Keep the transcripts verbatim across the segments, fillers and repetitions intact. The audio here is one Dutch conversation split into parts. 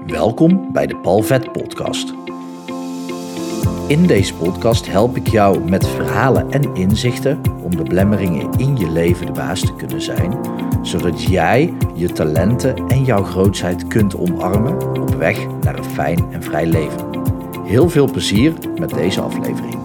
Welkom bij de Paul Vet Podcast. In deze podcast help ik jou met verhalen en inzichten om de belemmeringen in je leven de baas te kunnen zijn, zodat jij je talenten en jouw grootheid kunt omarmen op weg naar een fijn en vrij leven. Heel veel plezier met deze aflevering.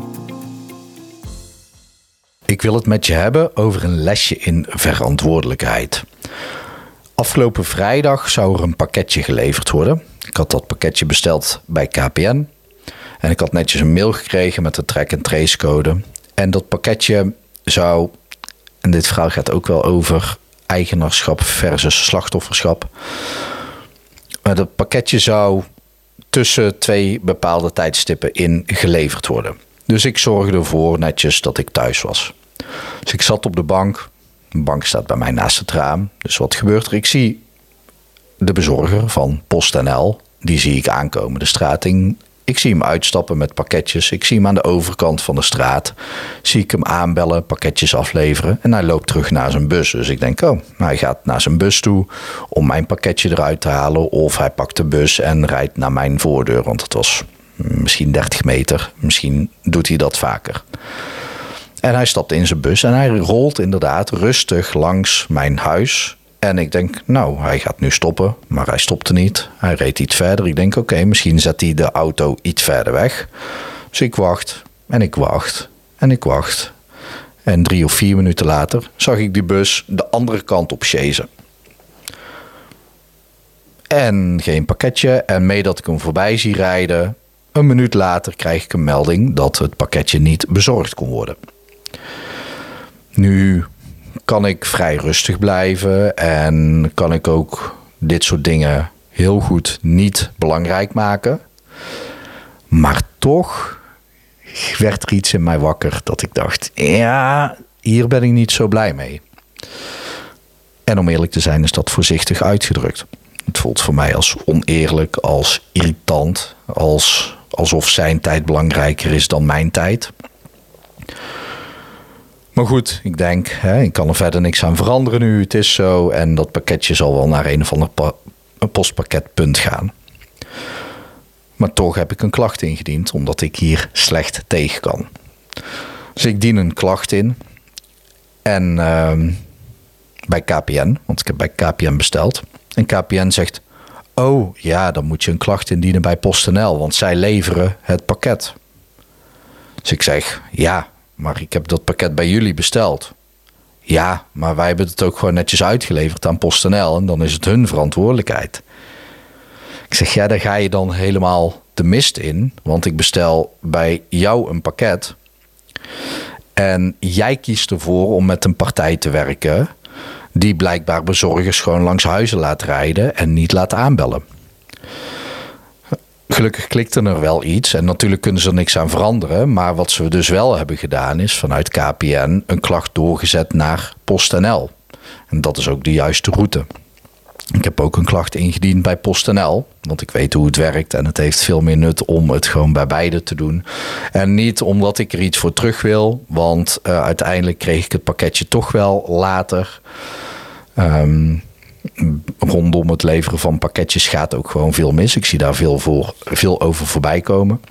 Ik wil het met je hebben over een lesje in verantwoordelijkheid. Afgelopen vrijdag zou er een pakketje geleverd worden. Ik had dat pakketje besteld bij K P N. En ik had netjes een mail gekregen met de track and trace code. En dat pakketje zou, en dit verhaal gaat ook wel over eigenaarschap versus slachtofferschap. Maar dat pakketje zou tussen twee bepaalde tijdstippen in geleverd worden. Dus ik zorgde ervoor netjes dat ik thuis was. Dus ik zat op de bank. De bank staat bij mij naast het raam. Dus wat gebeurt er? Ik zie de bezorger van PostNL. Die zie ik aankomen de straat in. Ik zie hem uitstappen met pakketjes. Ik zie hem aan de overkant van de straat. Zie ik hem aanbellen, pakketjes afleveren. En hij loopt terug naar zijn bus. Dus ik denk, oh, hij gaat naar zijn bus toe om mijn pakketje eruit te halen. Of hij pakt de bus en rijdt naar mijn voordeur. Want het was misschien dertig meter. Misschien doet hij dat vaker. En hij stapt in zijn bus en hij rolt inderdaad rustig langs mijn huis. En ik denk, nou, hij gaat nu stoppen. Maar hij stopte niet. Hij reed iets verder. Ik denk, oké, okay, misschien zet hij de auto iets verder weg. Dus ik wacht en ik wacht en ik wacht. En drie of vier minuten later zag ik die bus de andere kant op chasen. En geen pakketje. En mee dat ik hem voorbij zie rijden, een minuut later krijg ik een melding dat het pakketje niet bezorgd kon worden. Nu kan ik vrij rustig blijven en kan ik ook dit soort dingen heel goed niet belangrijk maken. Maar toch werd er iets in mij wakker dat ik dacht, ja, hier ben ik niet zo blij mee. En om eerlijk te zijn is dat voorzichtig uitgedrukt. Het voelt voor mij als oneerlijk, als irritant, als, alsof zijn tijd belangrijker is dan mijn tijd. Maar goed, ik denk, hè, ik kan er verder niks aan veranderen nu. Het is zo en dat pakketje zal wel naar een of ander pa- een postpakketpunt gaan. Maar toch heb ik een klacht ingediend, omdat ik hier slecht tegen kan. Dus ik dien een klacht in. En uh, bij K P N, want ik heb bij K P N besteld. En K P N zegt, oh ja, dan moet je een klacht indienen bij PostNL, want zij leveren het pakket. Dus ik zeg, ja, maar ik heb dat pakket bij jullie besteld. Ja, maar wij hebben het ook gewoon netjes uitgeleverd aan PostNL en dan is het hun verantwoordelijkheid. Ik zeg, ja, daar ga je dan helemaal de mist in, want ik bestel bij jou een pakket en jij kiest ervoor om met een partij te werken die blijkbaar bezorgers gewoon langs huizen laat rijden en niet laat aanbellen. Gelukkig klikte er wel iets en natuurlijk kunnen ze er niks aan veranderen. Maar wat ze dus wel hebben gedaan is vanuit K P N een klacht doorgezet naar PostNL. En dat is ook de juiste route. Ik heb ook een klacht ingediend bij PostNL, want ik weet hoe het werkt en het heeft veel meer nut om het gewoon bij beide te doen. En niet omdat ik er iets voor terug wil, want uh, uiteindelijk kreeg ik het pakketje toch wel later. Um, rondom het leveren van pakketjes gaat ook gewoon veel mis. Ik zie daar veel, voor, veel over voorbij komen.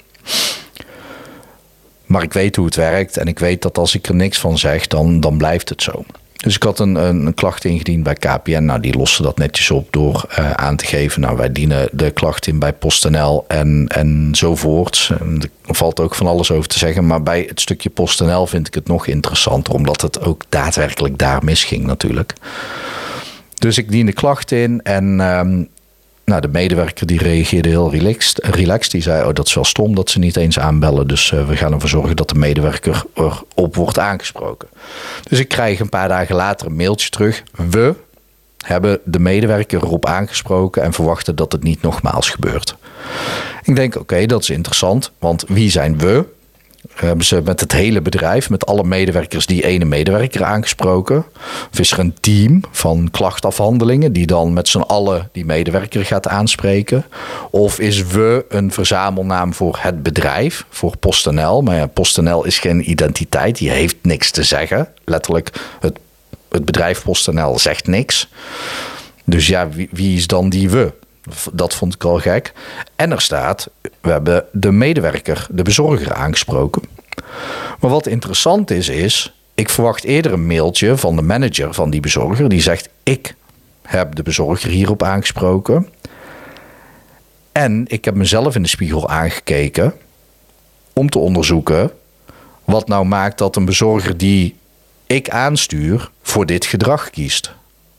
Maar ik weet hoe het werkt en ik weet dat als ik er niks van zeg, dan, dan blijft het zo. Dus ik had een, een, een klacht ingediend bij K P N. Nou, die lossen dat netjes op door uh, aan te geven. Nou, wij dienen de klacht in bij PostNL en, en zovoorts. En er valt ook van alles over te zeggen. Maar bij het stukje PostNL vind ik het nog interessanter, omdat het ook daadwerkelijk daar misging natuurlijk. Dus ik diende klacht in en um, nou, de medewerker die reageerde heel relaxed, relaxed. Die zei, oh, dat is wel stom dat ze niet eens aanbellen. Dus uh, we gaan ervoor zorgen dat de medewerker erop wordt aangesproken. Dus ik krijg een paar dagen later een mailtje terug. We hebben de medewerker erop aangesproken en verwachten dat het niet nogmaals gebeurt. Ik denk, oké, okay, dat is interessant. Want wie zijn we? Hebben ze met het hele bedrijf, met alle medewerkers, die ene medewerker aangesproken? Of is er een team van klachtafhandelingen die dan met z'n allen die medewerker gaat aanspreken? Of is we een verzamelnaam voor het bedrijf, voor PostNL? Maar ja, PostNL is geen identiteit, die heeft niks te zeggen. Letterlijk, het, het bedrijf PostNL zegt niks. Dus ja, wie, wie is dan die we? Dat vond ik al gek. En er staat, we hebben de medewerker, de bezorger aangesproken. Maar wat interessant is, is... ik verwacht eerder een mailtje van de manager van die bezorger. Die zegt, ik heb de bezorger hierop aangesproken. En ik heb mezelf in de spiegel aangekeken om te onderzoeken wat nou maakt dat een bezorger die ik aanstuur voor dit gedrag kiest.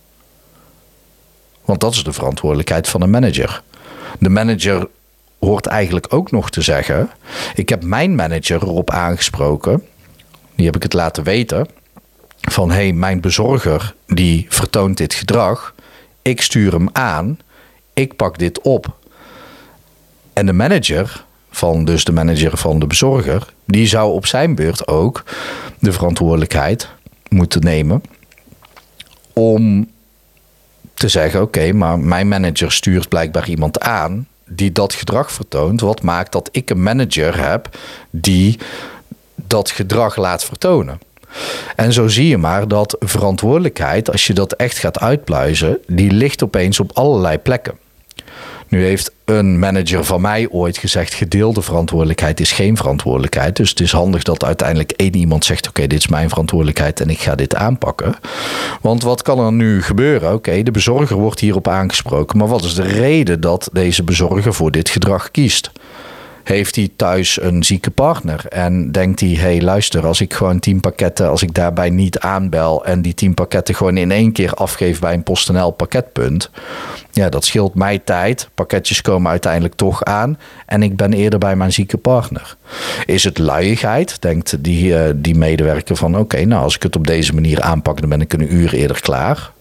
Want dat is de verantwoordelijkheid van een manager. De manager hoort eigenlijk ook nog te zeggen, ik heb mijn manager erop aangesproken, die heb ik het laten weten, van hé, hey, mijn bezorger die vertoont dit gedrag, ik stuur hem aan, ik pak dit op. En de manager van, dus de manager van de bezorger, die zou op zijn beurt ook de verantwoordelijkheid moeten nemen om te zeggen, oké, okay, maar mijn manager stuurt blijkbaar iemand aan die dat gedrag vertoont. Wat maakt dat ik een manager heb die dat gedrag laat vertonen? En zo zie je maar dat verantwoordelijkheid, als je dat echt gaat uitpluizen, die ligt opeens op allerlei plekken. Nu heeft een manager van mij ooit gezegd, gedeelde verantwoordelijkheid is geen verantwoordelijkheid. Dus het is handig dat uiteindelijk één iemand zegt, oké, okay, dit is mijn verantwoordelijkheid en ik ga dit aanpakken. Want wat kan er nu gebeuren? Oké, okay, de bezorger wordt hierop aangesproken. Maar wat is de reden dat deze bezorger voor dit gedrag kiest? Heeft hij thuis een zieke partner en denkt hij, hé hey, luister, als ik gewoon tien pakketten, als ik daarbij niet aanbel en die tien pakketten gewoon in één keer afgeef bij een PostNL pakketpunt, ja, dat scheelt mij tijd. Pakketjes komen uiteindelijk toch aan en ik ben eerder bij mijn zieke partner. Is het luiigheid? Denkt die, uh, die medewerker van, oké, okay, nou als ik het op deze manier aanpak, dan ben ik een uur eerder klaar.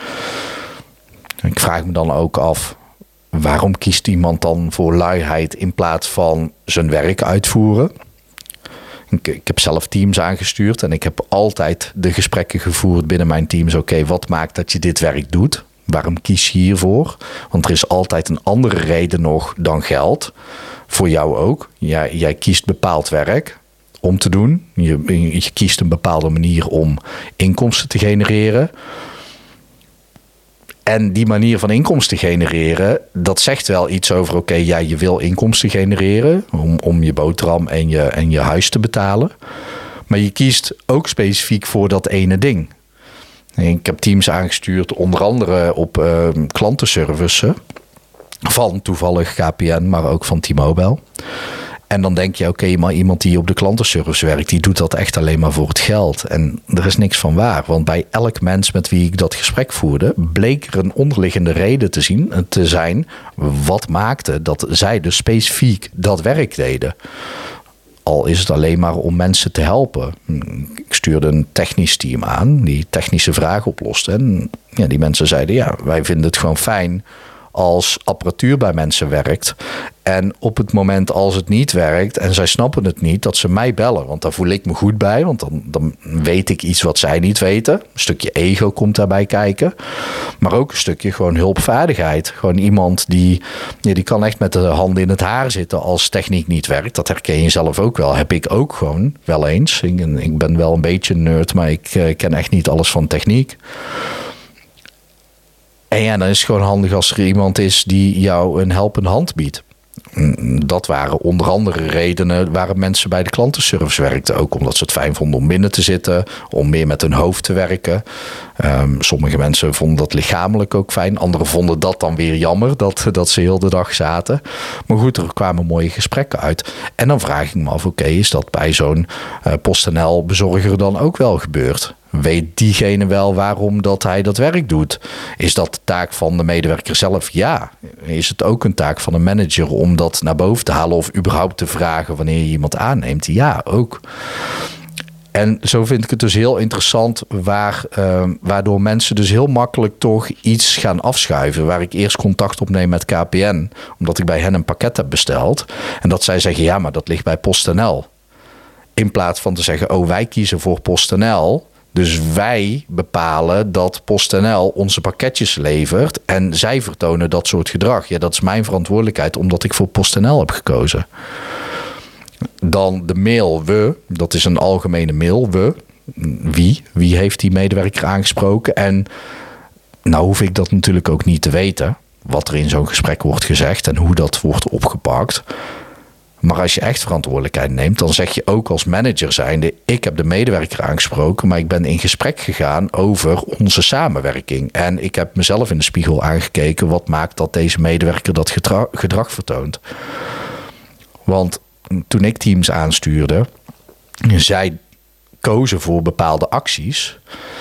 Ik vraag me dan ook af, waarom kiest iemand dan voor luiheid in plaats van zijn werk uitvoeren? Ik, ik heb zelf teams aangestuurd en ik heb altijd de gesprekken gevoerd binnen mijn teams. Oké, okay, wat maakt dat je dit werk doet? Waarom kies je hiervoor? Want er is altijd een andere reden nog dan geld. Voor jou ook. Jij, jij kiest bepaald werk om te doen. Je, je kiest een bepaalde manier om inkomsten te genereren. En die manier van inkomsten genereren, dat zegt wel iets over, oké, okay, ja, je wil inkomsten genereren om, om je boterham en je, en je huis te betalen. Maar je kiest ook specifiek voor dat ene ding. Ik heb teams aangestuurd, onder andere op uh, klantenservice van toevallig K P N, maar ook van T-Mobile. En dan denk je, oké, okay, maar iemand die op de klantenservice werkt, die doet dat echt alleen maar voor het geld. En er is niks van waar. Want bij elk mens met wie ik dat gesprek voerde, bleek er een onderliggende reden te zien, te zijn, wat maakte dat zij dus specifiek dat werk deden. Al is het alleen maar om mensen te helpen. Ik stuurde een technisch team aan die technische vragen oploste. En ja, die mensen zeiden, ja, wij vinden het gewoon fijn als apparatuur bij mensen werkt. En op het moment als het niet werkt en zij snappen het niet, dat ze mij bellen. Want daar voel ik me goed bij. Want dan, dan weet ik iets wat zij niet weten. Een stukje ego komt daarbij kijken. Maar ook een stukje gewoon hulpvaardigheid. Gewoon iemand die, ja, die kan echt met de handen in het haar zitten als techniek niet werkt. Dat herken je zelf ook wel. Heb ik ook gewoon wel eens. Ik, ik ben wel een beetje een nerd, maar ik uh, ken echt niet alles van techniek. En ja, dan is het gewoon handig als er iemand is die jou een helpende hand biedt. Dat waren onder andere redenen waarom mensen bij de klantenservice werkten. Ook omdat ze het fijn vonden om binnen te zitten, om meer met hun hoofd te werken. Um, sommige mensen vonden dat lichamelijk ook fijn. Anderen vonden dat dan weer jammer, dat, dat ze heel de dag zaten. Maar goed, er kwamen mooie gesprekken uit. En dan vraag ik me af, oké, okay, is dat bij zo'n uh, PostNL bezorger dan ook wel gebeurd? Weet diegene wel waarom dat hij dat werk doet? Is dat de taak van de medewerker zelf? Ja. Is het ook een taak van een manager om dat naar boven te halen of überhaupt te vragen wanneer je iemand aanneemt? Ja, ook. En zo vind ik het dus heel interessant waar, uh, waardoor mensen dus heel makkelijk toch iets gaan afschuiven. Waar ik eerst contact opneem met K P N, omdat ik bij hen een pakket heb besteld. En dat zij zeggen, ja, maar dat ligt bij PostNL. In plaats van te zeggen, oh, wij kiezen voor PostNL. Dus wij bepalen dat PostNL onze pakketjes levert en zij vertonen dat soort gedrag. Ja, dat is mijn verantwoordelijkheid omdat ik voor PostNL heb gekozen. Dan de mail we, dat is een algemene mail we. Wie? Wie heeft die medewerker aangesproken? En nou hoef ik dat natuurlijk ook niet te weten. wat er in zo'n gesprek wordt gezegd en hoe dat wordt opgepakt. Maar als je echt verantwoordelijkheid neemt, dan zeg je ook als manager zijnde, ik heb de medewerker aangesproken, maar ik ben in gesprek gegaan over onze samenwerking. En ik heb mezelf in de spiegel aangekeken, wat maakt dat deze medewerker dat gedra- gedrag vertoont. Want toen ik teams aanstuurde, zij kozen voor bepaalde acties.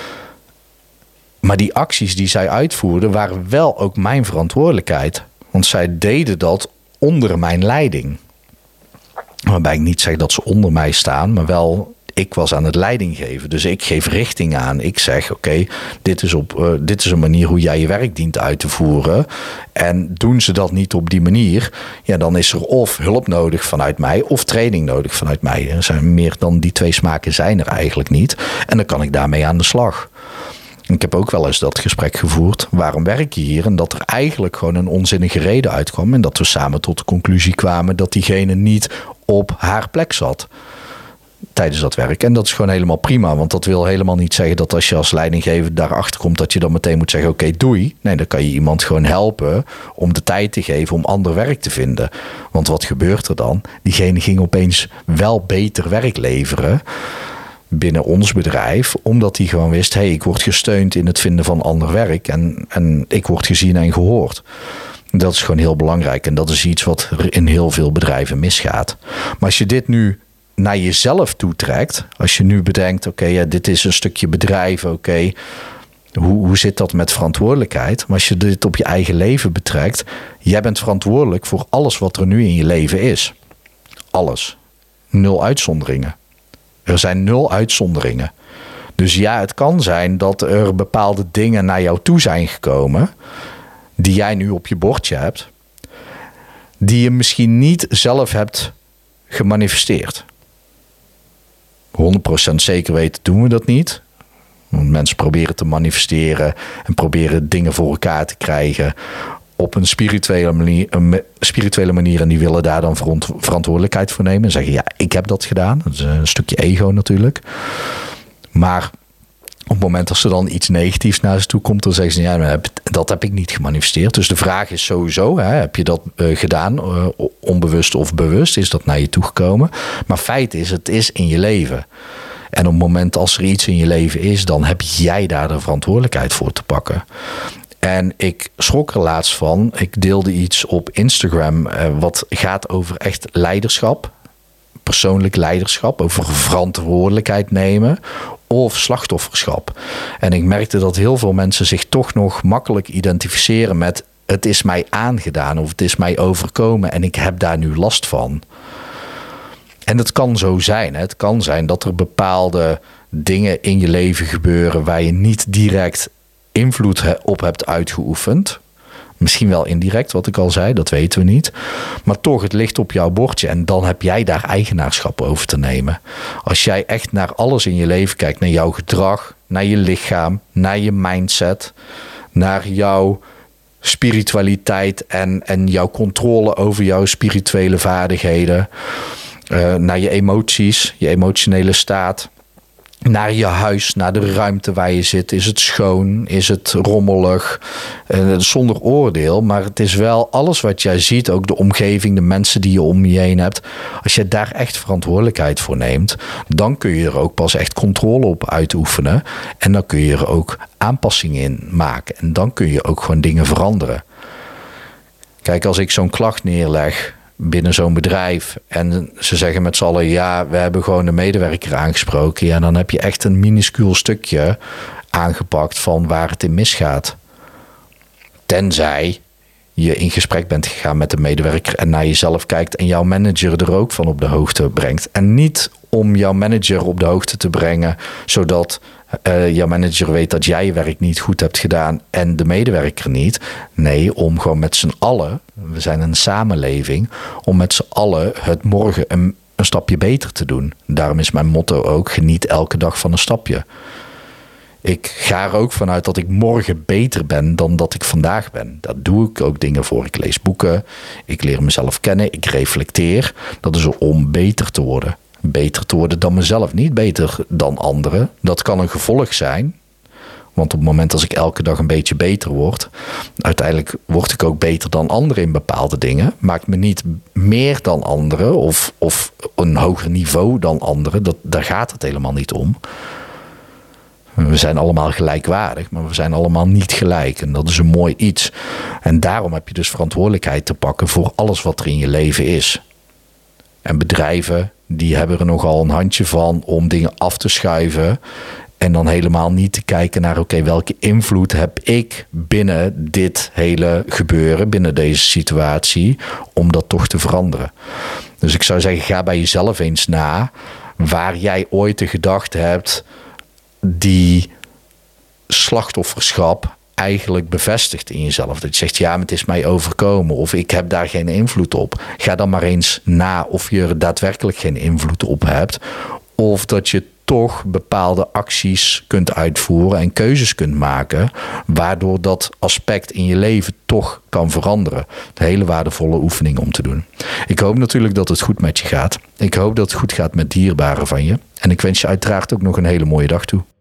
Maar die acties die zij uitvoerden, waren wel ook mijn verantwoordelijkheid. Want zij deden dat onder mijn leiding. Waarbij ik niet zeg dat ze onder mij staan, maar wel, ik was aan het leiding geven. Dus ik geef richting aan. Ik zeg, oké, okay, dit is op, uh, dit is een manier hoe jij je werk dient uit te voeren. En doen ze dat niet op die manier, ja, dan is er of hulp nodig vanuit mij of training nodig vanuit mij. Er zijn meer dan die twee smaken zijn er eigenlijk niet. En dan kan ik daarmee aan de slag. Ik heb ook wel eens dat gesprek gevoerd. Waarom werk je hier? En dat er eigenlijk gewoon een onzinnige reden uitkwam. En dat we samen tot de conclusie kwamen dat diegene niet op haar plek zat tijdens dat werk. En dat is gewoon helemaal prima. Want dat wil helemaal niet zeggen dat als je als leidinggever daarachter komt, dat je dan meteen moet zeggen, oké, okay, doei. Nee, dan kan je iemand gewoon helpen om de tijd te geven om ander werk te vinden. Want wat gebeurt er dan? Diegene ging opeens wel beter werk leveren binnen ons bedrijf, omdat hij gewoon wist, hey, ik word gesteund in het vinden van ander werk en, en ik word gezien en gehoord. Dat is gewoon heel belangrijk en dat is iets wat er in heel veel bedrijven misgaat. Maar als je dit nu naar jezelf toetrekt, als je nu bedenkt, oké, okay, ja, dit is een stukje bedrijf, oké, okay, hoe, hoe zit dat met verantwoordelijkheid? Maar als je dit op je eigen leven betrekt, jij bent verantwoordelijk voor alles wat er nu in je leven is. Alles. Nul uitzonderingen. Er zijn nul uitzonderingen. Dus ja, het kan zijn dat er bepaalde dingen naar jou toe zijn gekomen, die jij nu op je bordje hebt, die je misschien niet zelf hebt gemanifesteerd. honderd procent zeker weten doen we dat niet. Want mensen proberen te manifesteren en proberen dingen voor elkaar te krijgen op een spirituele manier, een spirituele manier en die willen daar dan verantwoordelijkheid voor nemen en zeggen, ja, ik heb dat gedaan. Dat is een stukje ego natuurlijk. Maar op het moment dat ze dan iets negatiefs naar ze toe komt, dan zeggen ze, ja, dat heb ik niet gemanifesteerd. Dus de vraag is sowieso, hè, heb je dat uh, gedaan, uh, onbewust of bewust? Is dat naar je toegekomen? Maar feit is, het is in je leven. En op het moment als er iets in je leven is, dan heb jij daar de verantwoordelijkheid voor te pakken. En ik schrok er laatst van. Ik deelde iets op Instagram uh, wat gaat over echt leiderschap. Persoonlijk leiderschap, over verantwoordelijkheid nemen of slachtofferschap. En ik merkte dat heel veel mensen zich toch nog makkelijk identificeren met het is mij aangedaan of het is mij overkomen en ik heb daar nu last van. En het kan zo zijn. Hè? Het kan zijn dat er bepaalde dingen in je leven gebeuren waar je niet direct invloed op hebt uitgeoefend. Misschien wel indirect, wat ik al zei, dat weten we niet. Maar toch, het ligt op jouw bordje en dan heb jij daar eigenaarschap over te nemen. Als jij echt naar alles in je leven kijkt, naar jouw gedrag, naar je lichaam, naar je mindset, naar jouw spiritualiteit en, en jouw controle over jouw spirituele vaardigheden, uh, naar je emoties, je emotionele staat, naar je huis, naar de ruimte waar je zit. Is het schoon? Is het rommelig? Uh, zonder oordeel, maar het is wel alles wat jij ziet, ook de omgeving, de mensen die je om je heen hebt. Als je daar echt verantwoordelijkheid voor neemt, dan kun je er ook pas echt controle op uitoefenen. En dan kun je er ook aanpassingen in maken. En dan kun je ook gewoon dingen veranderen. Kijk, als ik zo'n klacht neerleg binnen zo'n bedrijf en ze zeggen met z'n allen, ja, we hebben gewoon de medewerker aangesproken, ja, dan heb je echt een minuscuul stukje aangepakt van waar het in misgaat. Tenzij je in gesprek bent gegaan met de medewerker en naar jezelf kijkt en jouw manager er ook van op de hoogte brengt. En niet om jouw manager op de hoogte te brengen, zodat uh, jouw manager weet dat jij je werk niet goed hebt gedaan en de medewerker niet. Nee, om gewoon met z'n allen, we zijn een samenleving, om met z'n allen het morgen een, een stapje beter te doen. Daarom is mijn motto ook, geniet elke dag van een stapje. Ik ga er ook vanuit dat ik morgen beter ben dan dat ik vandaag ben. Daar doe ik ook dingen voor. Ik lees boeken, ik leer mezelf kennen, ik reflecteer. Dat is om beter te worden. Beter te worden dan mezelf, niet beter dan anderen. Dat kan een gevolg zijn, Want op het moment als ik elke dag een beetje beter word, uiteindelijk word ik ook beter dan anderen in bepaalde dingen. Maakt me niet meer dan anderen of, of een hoger niveau dan anderen. Dat, daar gaat het helemaal niet om. We zijn allemaal gelijkwaardig, maar we zijn allemaal niet gelijk. En dat is een mooi iets. En daarom heb je dus verantwoordelijkheid te pakken voor alles wat er in je leven is. En bedrijven, die hebben er nogal een handje van om dingen af te schuiven. En dan helemaal niet te kijken naar, oké, okay, welke invloed heb ik binnen dit hele gebeuren, binnen deze situatie, om dat toch te veranderen. Dus ik zou zeggen, ga bij jezelf eens na waar jij ooit de gedachte hebt die slachtofferschap eigenlijk bevestigt in jezelf. Dat je zegt, ja, maar het is mij overkomen of ik heb daar geen invloed op. Ga dan maar eens na of je er daadwerkelijk geen invloed op hebt. Of dat je toch bepaalde acties kunt uitvoeren en keuzes kunt maken, waardoor dat aspect in je leven toch kan veranderen. Een hele waardevolle oefening om te doen. Ik hoop natuurlijk dat het goed met je gaat. Ik hoop dat het goed gaat met dierbaren van je. En ik wens je uiteraard ook nog een hele mooie dag toe.